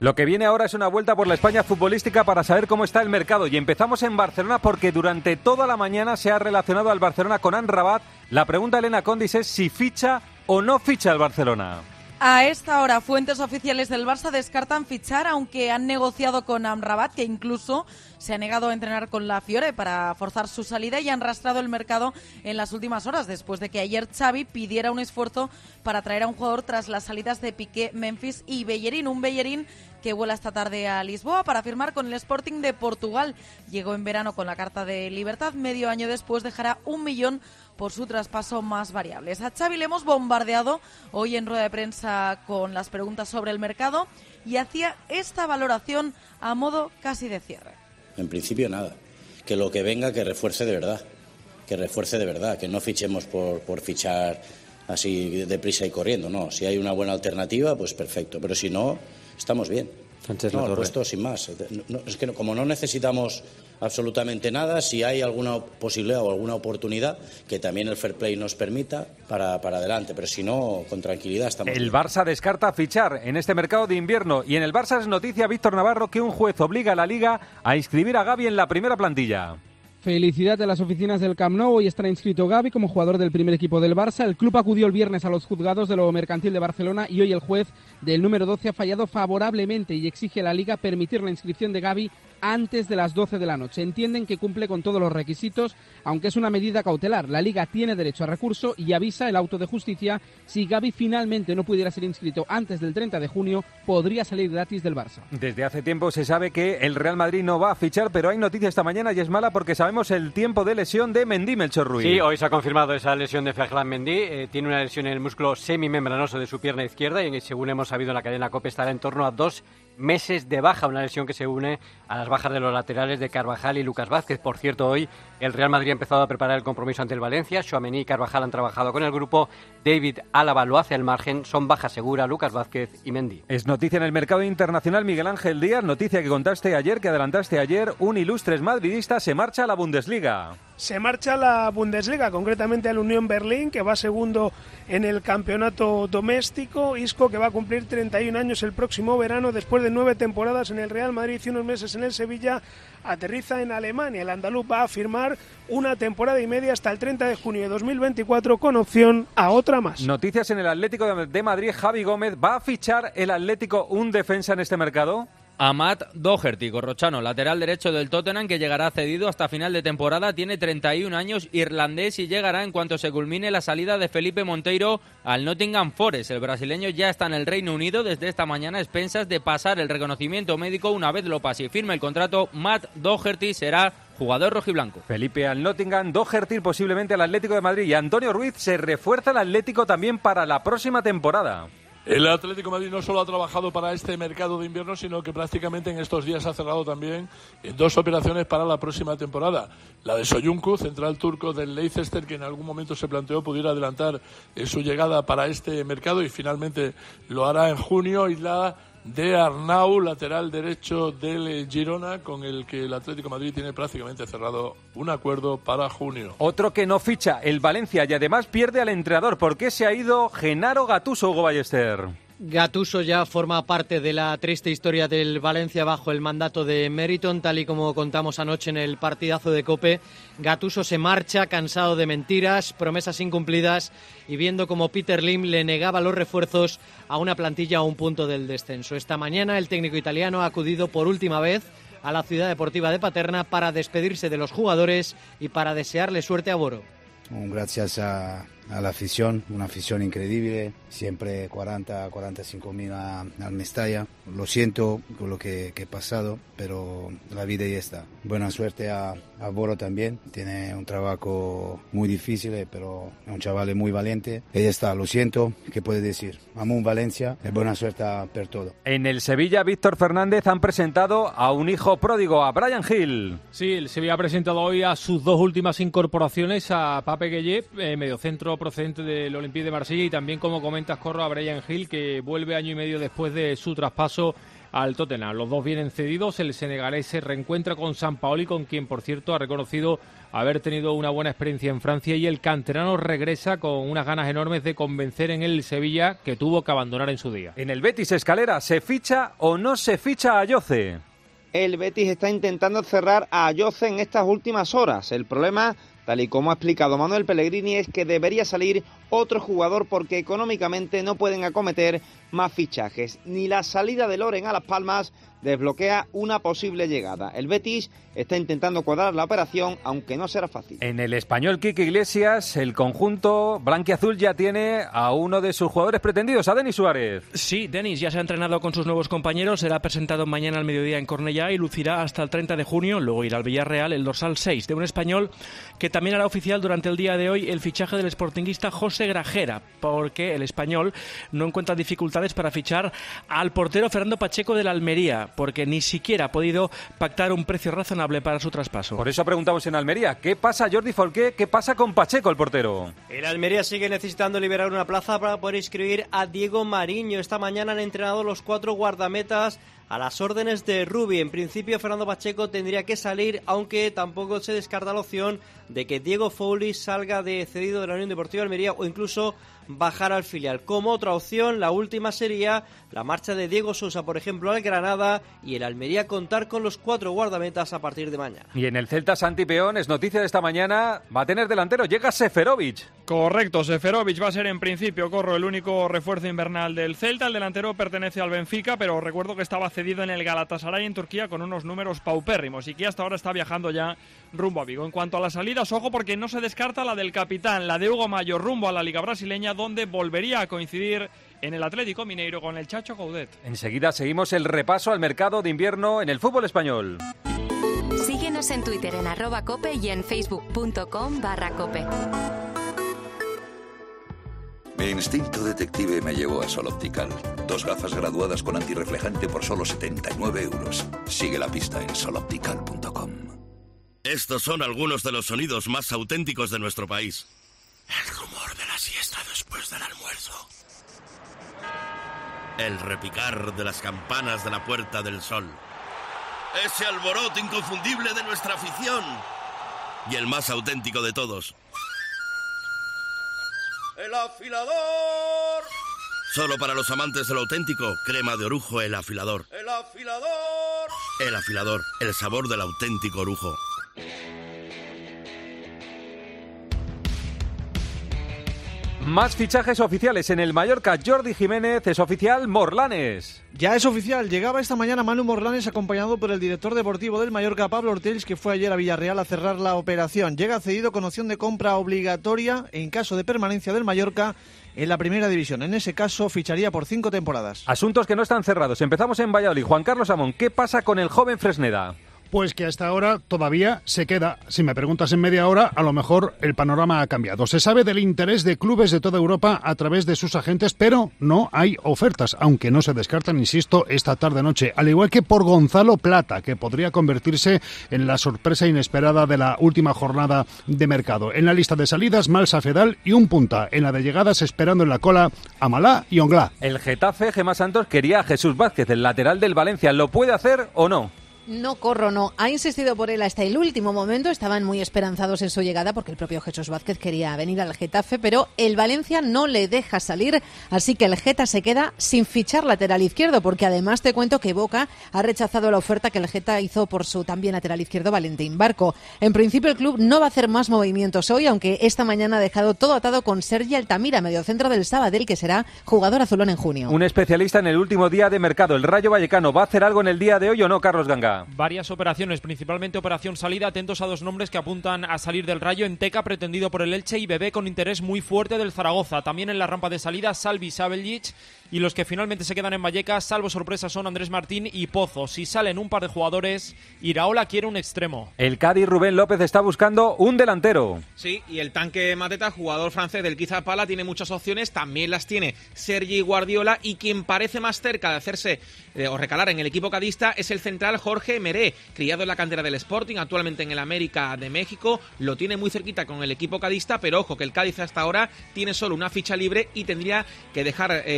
Lo que viene ahora es una vuelta por la España futbolística para saber cómo está el mercado. Y empezamos en Barcelona porque durante toda la mañana se ha relacionado al Barcelona con Amrabat. La pregunta, Elena Condis, es si ficha o no ficha el Barcelona. A esta hora, fuentes oficiales del Barça descartan fichar, aunque han negociado con Amrabat, que incluso se ha negado a entrenar con la Fiore para forzar su salida, y han rastrado el mercado en las últimas horas, después de que ayer Xavi pidiera un esfuerzo para traer a un jugador tras las salidas de Piqué, Memphis y Bellerín. Un Bellerín que vuela esta tarde a Lisboa para firmar con el Sporting de Portugal. Llegó en verano con la carta de libertad, medio año después dejará 1 millón por su traspaso más variables. A Xavi le hemos bombardeado hoy en rueda de prensa con las preguntas sobre el mercado y hacía esta valoración a modo casi de cierre. En principio nada, que lo que venga que refuerce de verdad, que no fichemos por fichar así deprisa y corriendo, no, si hay una buena alternativa pues perfecto, pero si no, estamos bien. Sánchez no, Latorre. puesto sin más, es que como no necesitamos absolutamente nada, si hay alguna posibilidad o alguna oportunidad que también el fair play nos permita para adelante, pero si no, con tranquilidad estamos El bien. Barça descarta fichar en este mercado de invierno y en el Barça es noticia, Víctor Navarro, que un juez obliga a la Liga a inscribir a Gavi en la primera plantilla. Felicidad de las oficinas del Camp Nou. Hoy estará inscrito Gavi como jugador del primer equipo del Barça. El club acudió el viernes a los juzgados de lo mercantil de Barcelona y hoy el juez del número 12 ha fallado favorablemente y exige a la Liga permitir la inscripción de Gavi antes de las 12 de la noche. Entienden que cumple con todos los requisitos, aunque es una medida cautelar. La Liga tiene derecho a recurso y avisa el auto de justicia. Si Gavi finalmente no pudiera ser inscrito antes del 30 de junio, podría salir gratis del Barça. Desde hace tiempo se sabe que el Real Madrid no va a fichar, pero hay noticia esta mañana y es mala porque sabemos el tiempo de lesión de Mendy, Melchor Ruiz. Sí, hoy se ha confirmado esa lesión de Ferland Mendy. Tiene una lesión en el músculo semimembranoso de su pierna izquierda y según hemos sabido en la cadena COPE estará en torno a 2 meses de baja, una lesión que se une a las bajas de los laterales de Carvajal y Lucas Vázquez. Por cierto, hoy el Real Madrid ha empezado a preparar el compromiso ante el Valencia. Tchouaméni y Carvajal han trabajado con el grupo. David Álava lo hace al margen. Son baja segura Lucas Vázquez y Mendy. Es noticia en el mercado internacional, Miguel Ángel Díaz, noticia que contaste ayer, que adelantaste ayer. Un ilustres madridista se marcha a la Bundesliga. Se marcha a la Bundesliga, concretamente al Unión Berlín, que va segundo en el campeonato doméstico. Isco, que va a cumplir 31 años el próximo verano, después de 9 temporadas en el Real Madrid y unos meses en el Sevilla, aterriza en Alemania. El andaluz va a firmar una temporada y media hasta el 30 de junio de 2024 con opción a otra más. Noticias en el Atlético de Madrid. Javi Gómez, ¿va a fichar el Atlético un defensa en este mercado? Matt Doherty, corrochano, lateral derecho del Tottenham, que llegará cedido hasta final de temporada, tiene 31 años, irlandés, y llegará en cuanto se culmine la salida de Felipe Monteiro al Nottingham Forest. El brasileño ya está en el Reino Unido desde esta mañana a expensas de pasar el reconocimiento médico. Una vez lo pase y firme el contrato, Matt Doherty será jugador rojiblanco. Felipe al Nottingham, Doherty posiblemente al Atlético de Madrid, y Antonio Ruiz se refuerza el Atlético también para la próxima temporada. El Atlético de Madrid no solo ha trabajado para este mercado de invierno, sino que prácticamente en estos días ha cerrado también 2 operaciones para la próxima temporada. La de Soyuncu, central turco del Leicester, que en algún momento se planteó pudiera adelantar su llegada para este mercado y finalmente lo hará en junio, y la de Arnau, lateral derecho del Girona, con el que el Atlético de Madrid tiene prácticamente cerrado un acuerdo para junio. Otro que no ficha, el Valencia, y además pierde al entrenador. ¿Por qué se ha ido Genaro Gattuso, Hugo Ballester? Gattuso ya forma parte de la triste historia del Valencia bajo el mandato de Meriton, tal y como contamos anoche en el partidazo de COPE. Gattuso se marcha cansado de mentiras, promesas incumplidas y viendo como Peter Lim le negaba los refuerzos a una plantilla a un punto del descenso. Esta mañana el técnico italiano ha acudido por última vez a la ciudad deportiva de Paterna para despedirse de los jugadores y para desearle suerte a Boro. Gracias a la afición, una afición increíble, siempre 45.000 al Mestalla. Lo siento por lo que he pasado, pero la vida ya está. Buena suerte a Boro también, tiene un trabajo muy difícil, pero es un chaval muy valiente. Ella está, lo siento, ¿qué puede decir? Amo un Valencia, y buena suerte per todo. En el Sevilla, Víctor Fernández, han presentado a un hijo pródigo, a Bryan Gil. Sí, el Sevilla ha presentado hoy a sus 2 últimas incorporaciones, a Pape Gueye, mediocentro procedente del Olympique de Marsella, y también, como comentas, Corro, a Bryan Gil, que vuelve año y medio después de su traspaso al Tottenham. Los dos vienen cedidos, el senegalés se reencuentra con Sampaoli, con quien, por cierto, ha reconocido haber tenido una buena experiencia en Francia, y el canterano regresa con unas ganas enormes de convencer en el Sevilla, que tuvo que abandonar en su día. En el Betis, Escalera, ¿se ficha o no se ficha a Ayoce? El Betis está intentando cerrar a Ayoce en estas últimas horas. El problema, tal y como ha explicado Manuel Pellegrini, es que debería salir otro jugador porque económicamente no pueden acometer más fichajes. Ni la salida de Loren a Las Palmas desbloquea una posible llegada. El Betis está intentando cuadrar la operación, aunque no será fácil. En el Español, Quique Iglesias, el conjunto blanquiazul ya tiene a uno de sus jugadores pretendidos, a Denis Suárez. Sí, Denis ya se ha entrenado con sus nuevos compañeros, será presentado mañana al mediodía en Cornellá y lucirá hasta el 30 de junio, luego irá al Villarreal, el dorsal 6 de un español que también hará oficial durante el día de hoy el fichaje del sportinguista José Grajera, porque el español no encuentra dificultades para fichar al portero Fernando Pacheco del Almería, porque ni siquiera ha podido pactar un precio razonable para su traspaso. Por eso preguntamos en Almería, ¿qué pasa, Jordi Folqué? ¿Qué pasa con Pacheco, el portero? El Almería sigue necesitando liberar una plaza para poder inscribir a Diego Mariño. Esta mañana han entrenado los 4 guardametas a las órdenes de Rubi. En principio, Fernando Pacheco tendría que salir, aunque tampoco se descarta la opción de que Diego Foley salga de cedido de la Unión Deportiva Almería o incluso bajar al filial. Como otra opción, la última sería la marcha de Diego Sousa, por ejemplo, al Granada, y el Almería contar con los 4 guardametas a partir de mañana. Y en el Celta, Santi Peón, es noticia de esta mañana, va a tener delantero, llega Seferovic. Correcto, Seferovic va a ser en principio, Corro, el único refuerzo invernal del Celta. El delantero pertenece al Benfica, pero recuerdo que estaba cedido en el Galatasaray en Turquía con unos números paupérrimos y que hasta ahora está viajando ya rumbo a Vigo. En cuanto a las salidas, ojo, porque no se descarta la del capitán, la de Hugo Mayo, rumbo a la Liga Brasileña, donde volvería a coincidir en el Atlético Mineiro con el Chacho Coudet. Enseguida seguimos el repaso al mercado de invierno en el fútbol español. Síguenos en Twitter en @cope y en facebook.com/cope. Mi instinto detective me llevó a Sol Optical. 2 gafas graduadas con antirreflejante por solo 79 euros. Sigue la pista en soloptical.com. Estos son algunos de los sonidos más auténticos de nuestro país. El rumor de la siesta después del almuerzo. El repicar de las campanas de la Puerta del Sol. Ese alboroto inconfundible de nuestra afición. Y el más auténtico de todos. ¡El afilador! Solo para los amantes de lo auténtico, crema de orujo El Afilador. ¡El afilador! El Afilador, el sabor del auténtico orujo. Más fichajes oficiales en el Mallorca. Jordi Jiménez, es oficial Morlanes. Ya es oficial, llegaba esta mañana Manu Morlanes acompañado por el director deportivo del Mallorca, Pablo Ortells, que fue ayer a Villarreal a cerrar la operación. Llega cedido con opción de compra obligatoria en caso de permanencia del Mallorca en la primera división. En ese caso ficharía por 5 temporadas. Asuntos que no están cerrados. Empezamos en Valladolid. Juan Carlos Amón, ¿qué pasa con el joven Fresneda? Pues que hasta ahora todavía se queda. Si me preguntas en media hora, a lo mejor el panorama ha cambiado. Se sabe del interés de clubes de toda Europa a través de sus agentes, pero no hay ofertas, aunque no se descartan, insisto, esta tarde-noche. Al igual que por Gonzalo Plata, que podría convertirse en la sorpresa inesperada de la última jornada de mercado. En la lista de salidas, Malsa Fedal y un punta. En la de llegadas, esperando en la cola, Amalá y Onglá. El Getafe, Gemma Santos, quería a Jesús Vázquez, el lateral del Valencia. ¿Lo puede hacer o no? No, Corro, no. Ha insistido por él hasta el último momento. Estaban muy esperanzados en su llegada porque el propio Jesús Vázquez quería venir al Getafe, pero el Valencia no le deja salir, así que el Geta se queda sin fichar lateral izquierdo, porque además te cuento que Boca ha rechazado la oferta que el Geta hizo por su también lateral izquierdo Valentín Barco. En principio el club no va a hacer más movimientos hoy, aunque esta mañana ha dejado todo atado con Sergi Altamira, mediocentro del Sabadell, que será jugador azulón en junio. Un especialista en el último día de mercado, el Rayo Vallecano. ¿Va a hacer algo en el día de hoy o no, Carlos Ganga? Varias operaciones, principalmente operación salida. Atentos a 2 nombres que apuntan a salir del Rayo: Enteca, pretendido por el Elche, y Bebé, con interés muy fuerte del Zaragoza. También en la rampa de salida, Salvi, Sabeljic, y los que finalmente se quedan en Vallecas, salvo sorpresa, son Andrés Martín y Pozo. Si salen un par de jugadores, Iraola quiere un extremo. El Cádiz, Rubén López, está buscando un delantero. Sí, y el tanque Mateta, jugador francés del Quizapala, tiene muchas opciones, también las tiene Sergi Guardiola, y quien parece más cerca de hacerse o recalar en el equipo cadista es el central Jorge Meré, criado en la cantera del Sporting, actualmente en el América de México. Lo tiene muy cerquita con el equipo cadista, pero ojo que el Cádiz hasta ahora tiene solo una ficha libre y tendría que dejar otra libre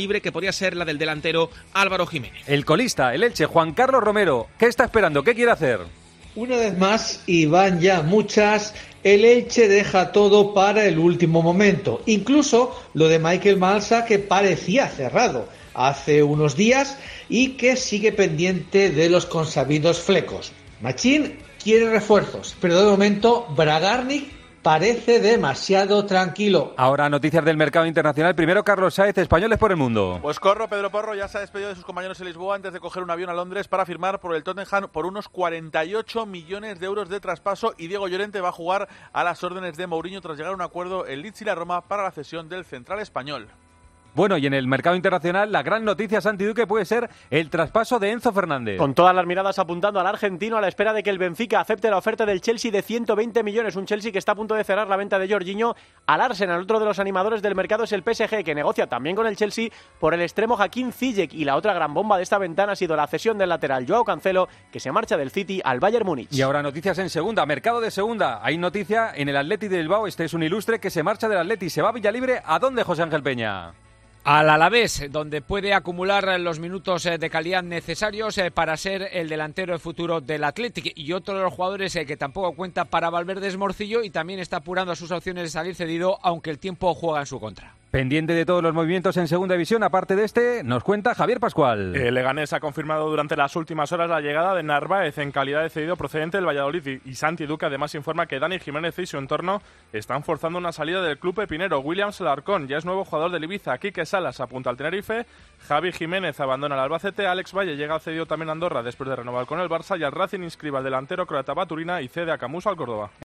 libre que podría ser la del delantero Álvaro Jiménez. El colista, el Elche, Juan Carlos Romero, ¿qué está esperando? ¿Qué quiere hacer? Una vez más, y van ya muchas, el Elche deja todo para el último momento. Incluso lo de Mikel Malsa, que parecía cerrado hace unos días y que sigue pendiente de los consabidos flecos. Machín quiere refuerzos, pero de momento Bragarnik parece demasiado tranquilo. Ahora noticias del mercado internacional. Primero Carlos Sáez, Españoles por el Mundo. Pues Pedro Porro ya se ha despedido de sus compañeros en Lisboa antes de coger un avión a Londres para firmar por el Tottenham por unos 48 millones de euros de traspaso, y Diego Llorente va a jugar a las órdenes de Mourinho tras llegar a un acuerdo el Leeds y la Roma para la cesión del central español. Bueno, y en el mercado internacional, la gran noticia, Santi Duque, puede ser el traspaso de Enzo Fernández. Con todas las miradas apuntando al argentino a la espera de que el Benfica acepte la oferta del Chelsea de 120 millones. Un Chelsea que está a punto de cerrar la venta de Jorginho al Arsenal. Otro de los animadores del mercado es el PSG, que negocia también con el Chelsea por el extremo Hakim Ziyech. Y la otra gran bomba de esta ventana ha sido la cesión del lateral Joao Cancelo, que se marcha del City al Bayern Múnich. Y ahora noticias en segunda, mercado de segunda. Hay noticia en el Athletic de Bilbao. Este es un ilustre que se marcha del Athletic. Se va a Villalibre. ¿A dónde, José Ángel Peña? Al Alavés, donde puede acumular los minutos de calidad necesarios para ser el delantero futuro del Athletic. Y otro de los jugadores que tampoco cuenta para Valverde es Morcillo, y también está apurando a sus opciones de salir cedido, aunque el tiempo juega en su contra. Pendiente de todos los movimientos en segunda división, aparte de este, nos cuenta Javier Pascual. El Leganés ha confirmado durante las últimas horas la llegada de Narváez en calidad de cedido procedente del Valladolid, y Santi Duque además informa que Dani Jiménez y su entorno están forzando una salida del club pepinero. Williams Alarcón ya es nuevo jugador del Ibiza. Quique Salas apunta al Tenerife, Javi Jiménez abandona el Albacete, Alex Valle llega al cedido también a Andorra después de renovar con el Barça, y al Racing inscribe al delantero croata Baturina y cede a Camus al Córdoba.